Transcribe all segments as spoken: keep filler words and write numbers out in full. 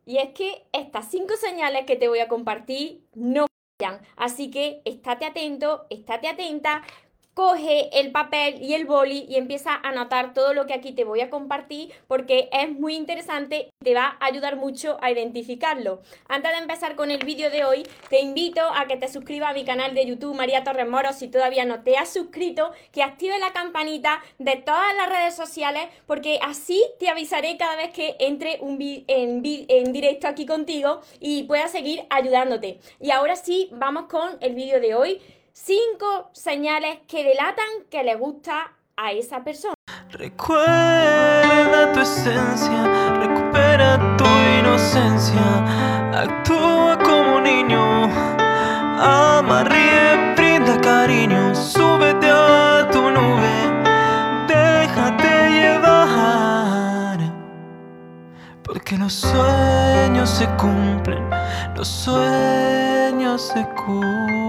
Y es que estas cinco señales que te voy a compartir no fallan. Así que estate atento, estate atenta. Coge el papel y el boli y empieza a anotar todo lo que aquí te voy a compartir porque es muy interesante y te va a ayudar mucho a identificarlo. Antes de empezar con el vídeo de hoy, te invito a que te suscribas a mi canal de YouTube María Torres Moro si todavía no te has suscrito, que active la campanita de todas las redes sociales porque así te avisaré cada vez que entre un en, en directo aquí contigo y pueda seguir ayudándote. Y ahora sí, vamos con el vídeo de hoy. Cinco señales que delatan que le gusta a esa persona. Recuerda tu esencia, recupera tu inocencia, actúa como niño, ama, ríe, brinda cariño, súbete a tu nube, déjate llevar, porque los sueños se cumplen, los sueños se cumplen.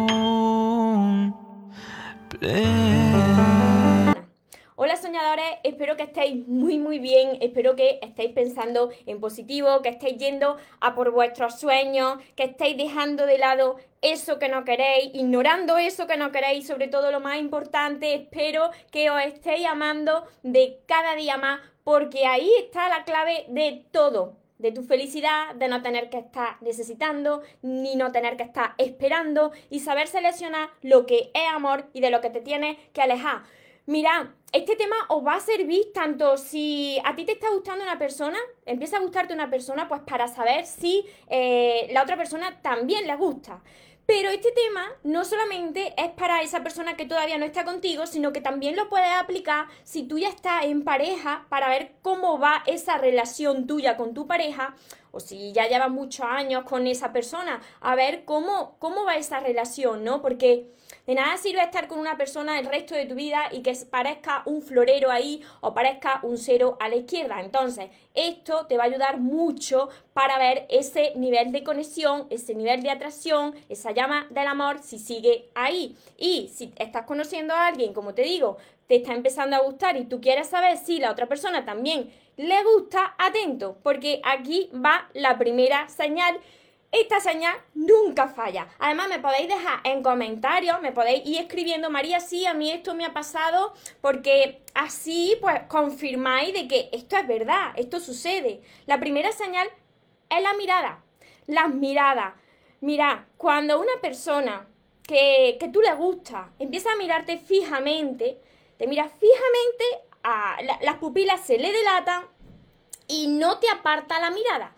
Hola soñadores, espero que estéis muy muy bien, espero que estéis pensando en positivo, que estéis yendo a por vuestros sueños, que estéis dejando de lado eso que no queréis, ignorando eso que no queréis, sobre todo lo más importante, espero que os estéis amando de cada día más, porque ahí está la clave de todo. De tu felicidad, de no tener que estar necesitando, ni no tener que estar esperando y saber seleccionar lo que es amor y de lo que te tienes que alejar. Mira, este tema os va a servir tanto si a ti te está gustando una persona, empieza a gustarte una persona, pues para saber si eh, la otra persona también le gusta. Pero este tema no solamente es para esa persona que todavía no está contigo, sino que también lo puedes aplicar si tú ya estás en pareja para ver cómo va esa relación tuya con tu pareja, o si ya llevas muchos años con esa persona, a ver cómo, cómo va esa relación, ¿no? Porque de nada sirve estar con una persona el resto de tu vida y que parezca un florero ahí o parezca un cero a la izquierda. Entonces, esto te va a ayudar mucho para ver ese nivel de conexión, ese nivel de atracción, esa llama del amor, si sigue ahí. Y si estás conociendo a alguien, como te digo, te está empezando a gustar y tú quieres saber si la otra persona también le gusta, atento, porque aquí va la primera señal. Esta señal nunca falla. Además, me podéis dejar en comentarios, me podéis ir escribiendo, María, sí, a mí esto me ha pasado, porque así pues confirmáis de que esto es verdad, esto sucede. La primera señal es la mirada. Las miradas. Mira, cuando una persona que, que tú le gusta empieza a mirarte fijamente, te mira fijamente, a, la, las pupilas se le dilatan y no te aparta la mirada.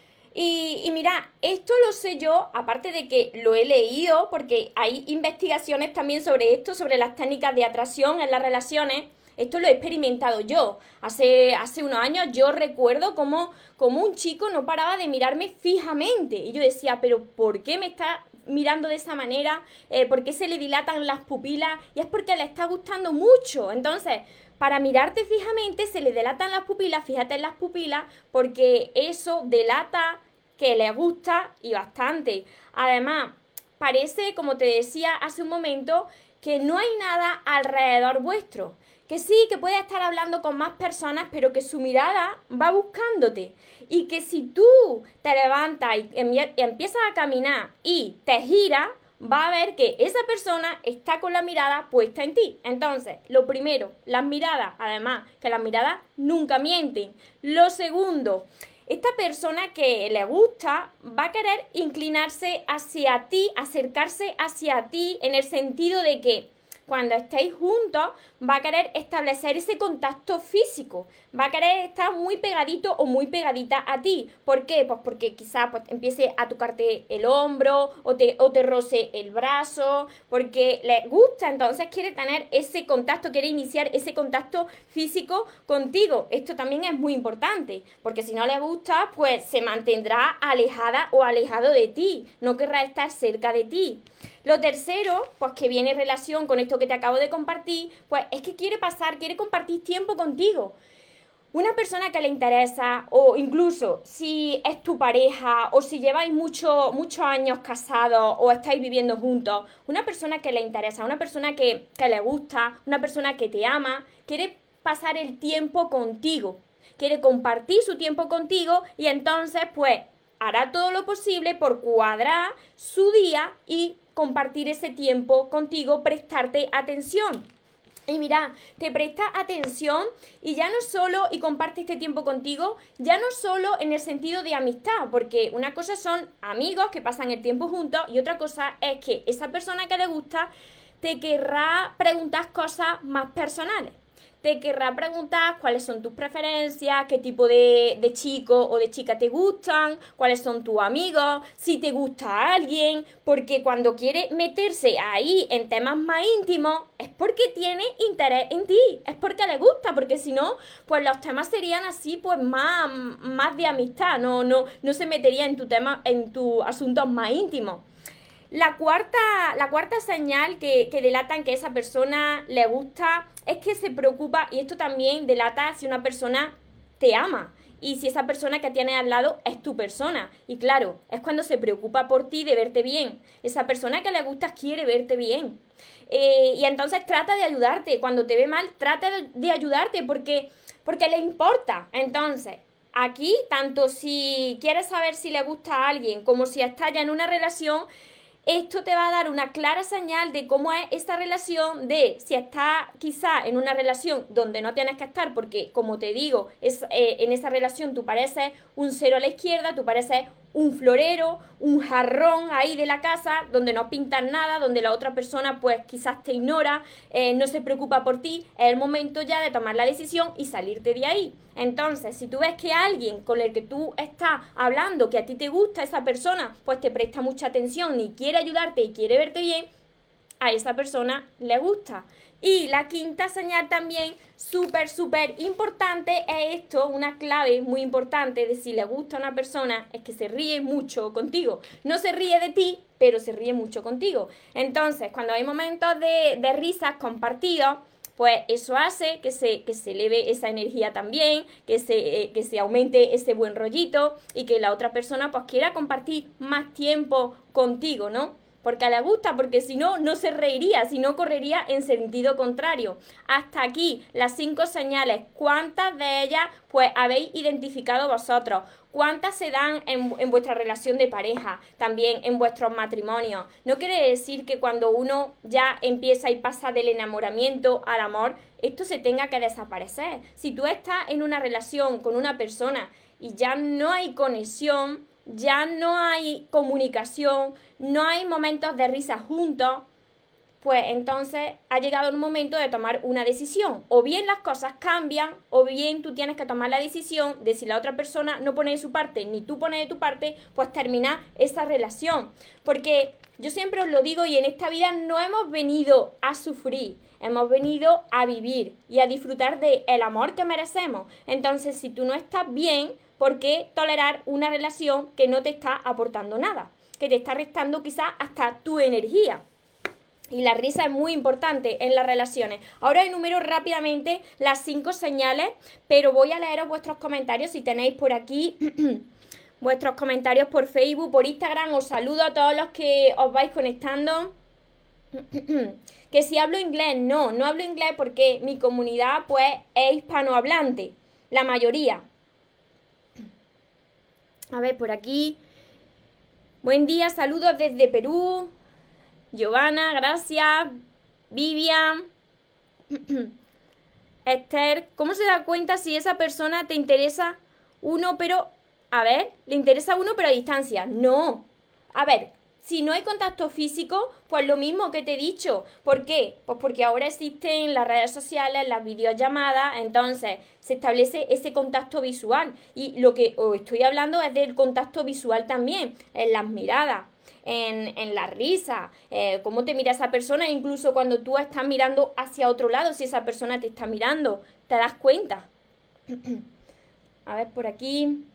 Y, y mira, esto lo sé yo, aparte de que lo he leído, porque hay investigaciones también sobre esto, sobre las técnicas de atracción en las relaciones. Esto lo he experimentado yo. Hace, hace unos años yo recuerdo cómo, cómo un chico no paraba de mirarme fijamente. Y yo decía, pero ¿por qué me está mirando de esa manera? Eh, ¿Por qué se le dilatan las pupilas? Y es porque le está gustando mucho. Entonces, para mirarte fijamente se le dilatan las pupilas, fíjate en las pupilas, porque eso delata que le gusta y bastante. Además, parece, como te decía hace un momento, que no hay nada alrededor vuestro. Que sí, que puede estar hablando con más personas, pero que su mirada va buscándote. Y que si tú te levantas y empiezas a caminar y te giras, va a ver que esa persona está con la mirada puesta en ti. Entonces, lo primero, las miradas, además, que las miradas nunca mienten. Lo segundo, esta persona que le gusta va a querer inclinarse hacia ti, acercarse hacia ti, en el sentido de que cuando estéis juntos va a querer establecer ese contacto físico, va a querer estar muy pegadito o muy pegadita a ti. ¿Por qué? Pues porque quizás pues, empiece a tocarte el hombro o te, o te roce el brazo, porque le gusta, entonces quiere tener ese contacto, quiere iniciar ese contacto físico contigo. Esto también es muy importante, porque si no le gusta, pues se mantendrá alejada o alejado de ti, no querrá estar cerca de ti. Lo tercero, pues que viene en relación con esto que te acabo de compartir, pues es que quiere pasar, quiere compartir tiempo contigo. Una persona que le interesa, o incluso si es tu pareja, o si lleváis mucho, muchos años casados, o estáis viviendo juntos, una persona que le interesa, una persona que, que le gusta, una persona que te ama, quiere pasar el tiempo contigo, quiere compartir su tiempo contigo y entonces, pues, hará todo lo posible por cuadrar su día y compartir ese tiempo contigo, prestarte atención. Y mira, te presta atención y ya no solo, y comparte este tiempo contigo, ya no solo en el sentido de amistad, porque una cosa son amigos que pasan el tiempo juntos y otra cosa es que esa persona que le gusta te querrá preguntar cosas más personales. Te querrá preguntar cuáles son tus preferencias, qué tipo de, de chico o de chica te gustan, cuáles son tus amigos, si te gusta alguien, porque cuando quiere meterse ahí en temas más íntimos es porque tiene interés en ti, es porque le gusta, porque si no, pues los temas serían así, pues más, más de amistad, no, no, no se metería en tu tema, en tus asuntos más íntimos. La cuarta, la cuarta señal que, que delata en que esa persona le gusta es que se preocupa, y esto también delata si una persona te ama y si esa persona que tienes al lado es tu persona. Y claro, es cuando se preocupa por ti de verte bien. Esa persona que le gusta quiere verte bien. Eh, y entonces trata de ayudarte. Cuando te ve mal, trata de, de ayudarte porque, porque le importa. Entonces, aquí, tanto si quieres saber si le gusta a alguien como si está ya en una relación, esto te va a dar una clara señal de cómo es esta relación, de si estás quizá en una relación donde no tienes que estar, porque como te digo, es, eh, en esa relación tú pareces un cero a la izquierda, tú pareces un florero, un jarrón ahí de la casa, donde no pintas nada, donde la otra persona pues quizás te ignora, eh, no se preocupa por ti. Es el momento ya de tomar la decisión y salirte de ahí. Entonces, si tú ves que alguien con el que tú estás hablando, que a ti te gusta esa persona, pues te presta mucha atención y quiere ayudarte y quiere verte bien, a esa persona le gusta. Y la quinta señal también, súper, súper importante, es esto, una clave muy importante de si le gusta a una persona, es que se ríe mucho contigo. No se ríe de ti, pero se ríe mucho contigo. Entonces, cuando hay momentos de, de risas compartidos, pues eso hace que se, que se eleve esa energía también, que se, eh, que se aumente ese buen rollito y que la otra persona pues quiera compartir más tiempo contigo, ¿no? Porque le gusta, porque si no, no se reiría, si no correría en sentido contrario. Hasta aquí las cinco señales. ¿Cuántas de ellas pues habéis identificado vosotros? ¿Cuántas se dan en, en vuestra relación de pareja? También en vuestros matrimonios. No quiere decir que cuando uno ya empieza y pasa del enamoramiento al amor, esto se tenga que desaparecer. Si tú estás en una relación con una persona y ya no hay conexión, ya no hay comunicación, no hay momentos de risa juntos, pues entonces ha llegado el momento de tomar una decisión. O bien las cosas cambian, o bien tú tienes que tomar la decisión de si la otra persona no pone de su parte, ni tú pones de tu parte, pues terminar esa relación. Porque yo siempre os lo digo, y en esta vida no hemos venido a sufrir, hemos venido a vivir y a disfrutar del amor que merecemos. Entonces, si tú no estás bien, ¿por qué tolerar una relación que no te está aportando nada? Que te está restando quizás hasta tu energía. Y la risa es muy importante en las relaciones. Ahora enumero rápidamente las cinco señales, pero voy a leeros vuestros comentarios si tenéis por aquí vuestros comentarios por Facebook, por Instagram. Os saludo a todos los que os vais conectando. Que si hablo inglés, no, no hablo inglés porque mi comunidad pues es hispanohablante, la mayoría. A ver, por aquí. Buen día, saludos desde Perú. Giovanna, gracias. Vivian. Esther, ¿cómo se da cuenta si esa persona te interesa uno, pero... A ver, ¿le interesa uno, pero a distancia? No. A ver, si no hay contacto físico, pues lo mismo que te he dicho. ¿Por qué? Pues porque ahora existen las redes sociales, las videollamadas, entonces se establece ese contacto visual. Y lo que os estoy hablando es del contacto visual también, en las miradas, en, en la risa, eh, cómo te mira esa persona, incluso cuando tú estás mirando hacia otro lado, si esa persona te está mirando, te das cuenta. A ver, por aquí...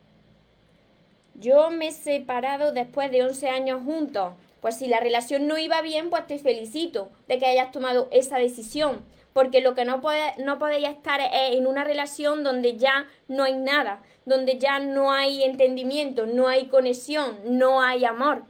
Yo me he separado después de once años juntos. Pues si la relación no iba bien, pues te felicito de que hayas tomado esa decisión. Porque lo que no, puede, no podéis estar es en una relación donde ya no hay nada, donde ya no hay entendimiento, no hay conexión, no hay amor.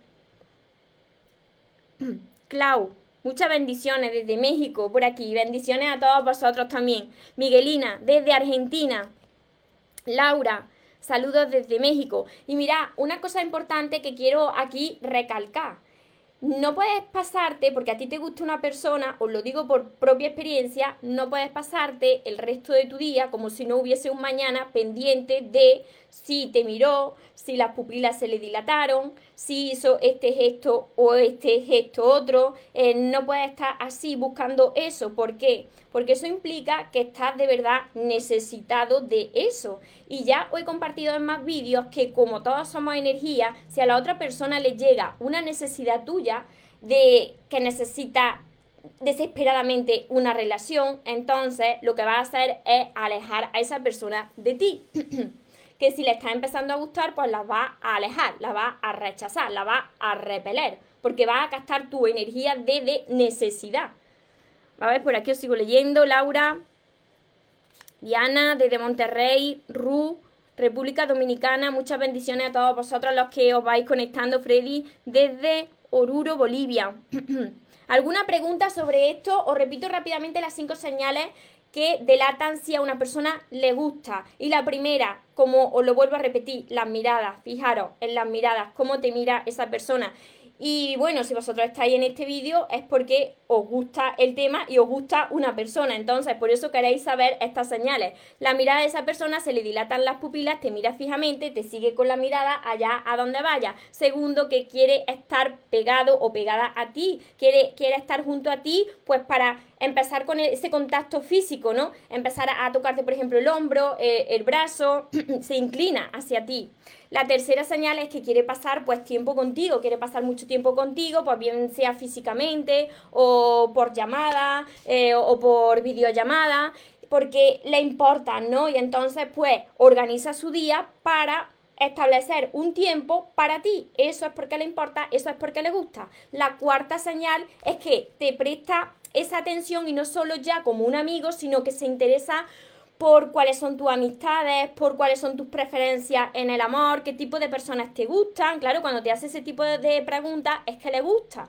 Clau, muchas bendiciones desde México, por aquí. Bendiciones a todos vosotros también. Miguelina, desde Argentina. Laura, Saludos desde México. Y mira, una cosa importante que quiero aquí recalcar. No puedes pasarte, porque a ti te gusta una persona, os lo digo por propia experiencia, no puedes pasarte el resto de tu día como si no hubiese un mañana pendiente de si te miró, si las pupilas se le dilataron, si hizo este gesto o este gesto otro. Eh, no puedes estar así buscando eso. ¿Por qué? Porque eso implica que estás de verdad necesitado de eso. Y ya os he compartido en más vídeos que como todos somos energía, si a la otra persona le llega una necesidad tuya de que necesita desesperadamente una relación, entonces lo que vas a hacer es alejar a esa persona de ti. Que si le está empezando a gustar, pues la va a alejar, la va a rechazar, la va a repeler, porque va a gastar tu energía de, de necesidad. A ver, por aquí os sigo leyendo. Laura, Diana, desde Monterrey, Ru, República Dominicana, muchas bendiciones a todos vosotros los que os vais conectando. Freddy, desde Oruro, Bolivia. ¿Alguna pregunta sobre esto? Os repito rápidamente las cinco señales que delatan si a una persona le gusta. Y la primera, como os lo vuelvo a repetir, las miradas. Fijaros en las miradas, cómo te mira esa persona. Y bueno, si vosotros estáis en este vídeo es porque os gusta el tema y os gusta una persona. Entonces, por eso queréis saber estas señales. La mirada de esa persona, se le dilatan las pupilas, te mira fijamente, te sigue con la mirada allá a donde vaya. Segundo, que quiere estar pegado o pegada a ti. Quiere, quiere estar junto a ti, pues para empezar con ese contacto físico, ¿no? Empezar a, a tocarte, por ejemplo, el hombro, eh, el brazo, se inclina hacia ti. La tercera señal es que quiere pasar pues tiempo contigo, quiere pasar mucho tiempo contigo, pues bien sea físicamente o por llamada eh, o por videollamada, porque le importa, ¿no? Y entonces pues organiza su día para establecer un tiempo para ti. Eso es porque le importa, eso es porque le gusta. La cuarta señal es que te presta esa atención y no solo ya como un amigo, sino que se interesa por cuáles son tus amistades, por cuáles son tus preferencias en el amor, qué tipo de personas te gustan. Claro, cuando te hace ese tipo de, de preguntas es que le gusta.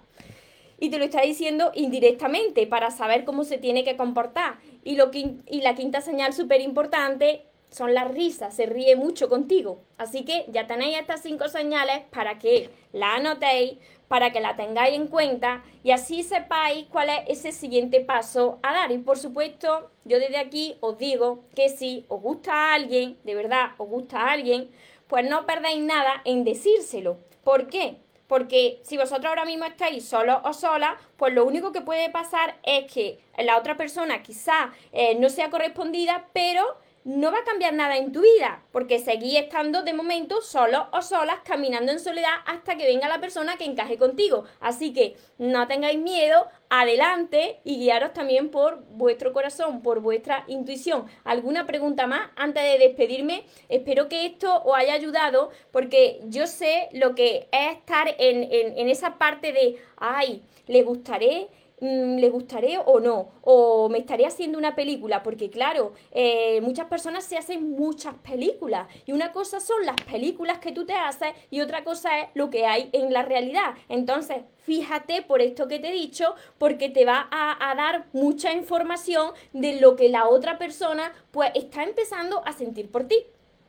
Y te lo está diciendo indirectamente para saber cómo se tiene que comportar. Y, lo, y la quinta señal súper importante son las risas, se ríe mucho contigo. Así que ya tenéis estas cinco señales para que la anotéis, para que la tengáis en cuenta y así sepáis cuál es ese siguiente paso a dar. Y por supuesto, yo desde aquí os digo que si os gusta a alguien, de verdad os gusta a alguien, pues no perdáis nada en decírselo. ¿Por qué? Porque si vosotros ahora mismo estáis solos o solas, pues lo único que puede pasar es que la otra persona quizá eh, no sea correspondida, pero no va a cambiar nada en tu vida, porque seguís estando de momento solos o solas, caminando en soledad hasta que venga la persona que encaje contigo. Así que no tengáis miedo, adelante y guiaros también por vuestro corazón, por vuestra intuición. ¿Alguna pregunta más antes de despedirme? Espero que esto os haya ayudado, porque yo sé lo que es estar en, en, en esa parte de, ay, ¿le gustaré? ¿Le gustaré o no? ¿O me estaré haciendo una película? Porque claro, eh, muchas personas se hacen muchas películas y una cosa son las películas que tú te haces y otra cosa es lo que hay en la realidad. Entonces, fíjate por esto que te he dicho, porque te va a, a dar mucha información de lo que la otra persona pues está empezando a sentir por ti.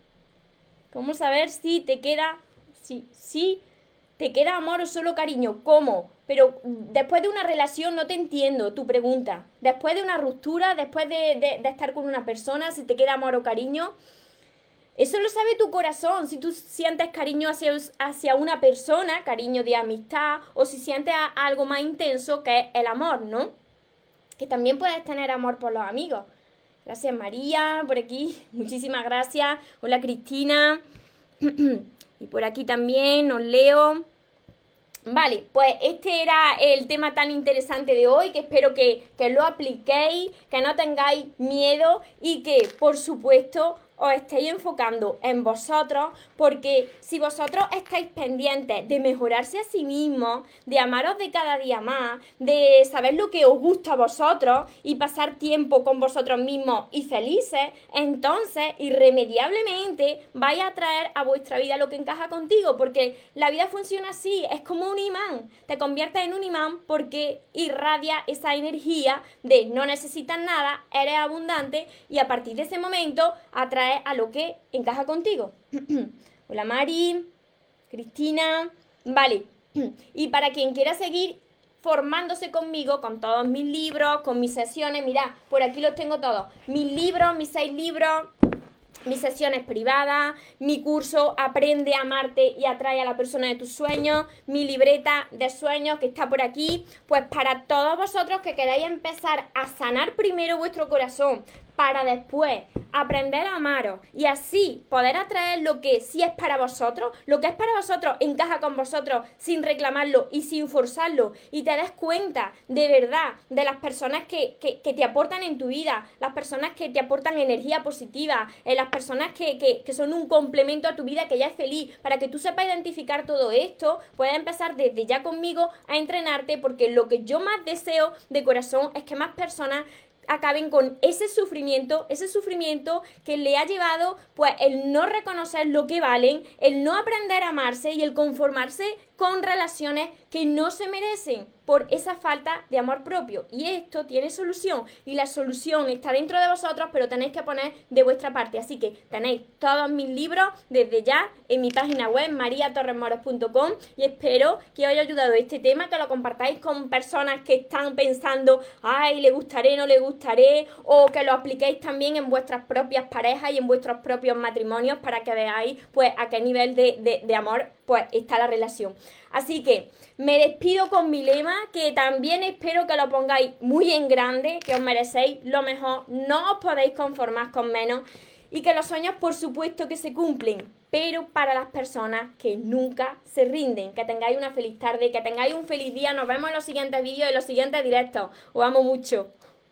¿Cómo saber si te queda, si, si te queda amor o solo cariño? ¿Cómo? Pero después de una relación no te entiendo tu pregunta. Después de una ruptura, después de, de, de estar con una persona, si te queda amor o cariño, eso lo sabe tu corazón. Si tú sientes cariño hacia, hacia una persona, cariño de amistad, o si sientes a, a algo más intenso que es el amor, ¿no? Que también puedes tener amor por los amigos. Gracias María, por aquí. Muchísimas gracias. Hola Cristina. Y por aquí también os leo. Vale, pues este era el tema tan interesante de hoy, que espero que, que lo apliquéis, que no tengáis miedo y que, por supuesto, os estéis enfocando en vosotros, porque si vosotros estáis pendientes de mejorarse a sí mismos, de amaros de cada día más, de saber lo que os gusta a vosotros y pasar tiempo con vosotros mismos y felices, entonces irremediablemente vais a traer a vuestra vida lo que encaja contigo, porque la vida funciona así, es como un imán, te conviertes en un imán porque irradia esa energía de no necesitas nada, eres abundante y a partir de ese momento atraes atraer a lo que encaja contigo. Hola Mari, Cristina, vale. Y para quien quiera seguir formándose conmigo, con todos mis libros, con mis sesiones, mirad, por aquí los tengo todos, mis libros, mis seis libros, mis sesiones privadas, mi curso Aprende a amarte y atrae a la persona de tus sueños, mi libreta de sueños que está por aquí, pues para todos vosotros que queráis empezar a sanar primero vuestro corazón, para después aprender a amaros y así poder atraer lo que sí es para vosotros, lo que es para vosotros encaja con vosotros sin reclamarlo y sin forzarlo, y te des cuenta de verdad de las personas que, que, que te aportan en tu vida, las personas que te aportan energía positiva, eh, las personas que, que, que son un complemento a tu vida que ya es feliz. Para que tú sepas identificar todo esto, puedes empezar desde ya conmigo a entrenarte, porque lo que yo más deseo de corazón es que más personas acaben con ese sufrimiento, ese sufrimiento que le ha llevado pues el no reconocer lo que valen, el no aprender a amarse y el conformarse con relaciones que no se merecen por esa falta de amor propio. Y esto tiene solución, y la solución está dentro de vosotros, pero tenéis que poner de vuestra parte. Así que tenéis todos mis libros desde ya en mi página web maria torres moros punto com, y espero que os haya ayudado este tema, que lo compartáis con personas que están pensando, ay, le gustaré, no le gustaré, o que lo apliquéis también en vuestras propias parejas y en vuestros propios matrimonios, para que veáis pues a qué nivel de, de, de amor pues está la relación. Así que me despido con mi lema, que también espero que lo pongáis muy en grande, que os merecéis lo mejor, no os podéis conformar con menos, y que los sueños por supuesto que se cumplen, pero para las personas que nunca se rinden. Que tengáis una feliz tarde, que tengáis un feliz día. Nos vemos en los siguientes vídeos y en los siguientes directos. Os amo mucho.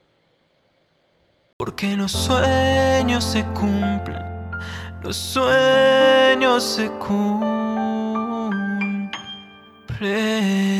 Porque los sueños se cumplen, los sueños se cumplen.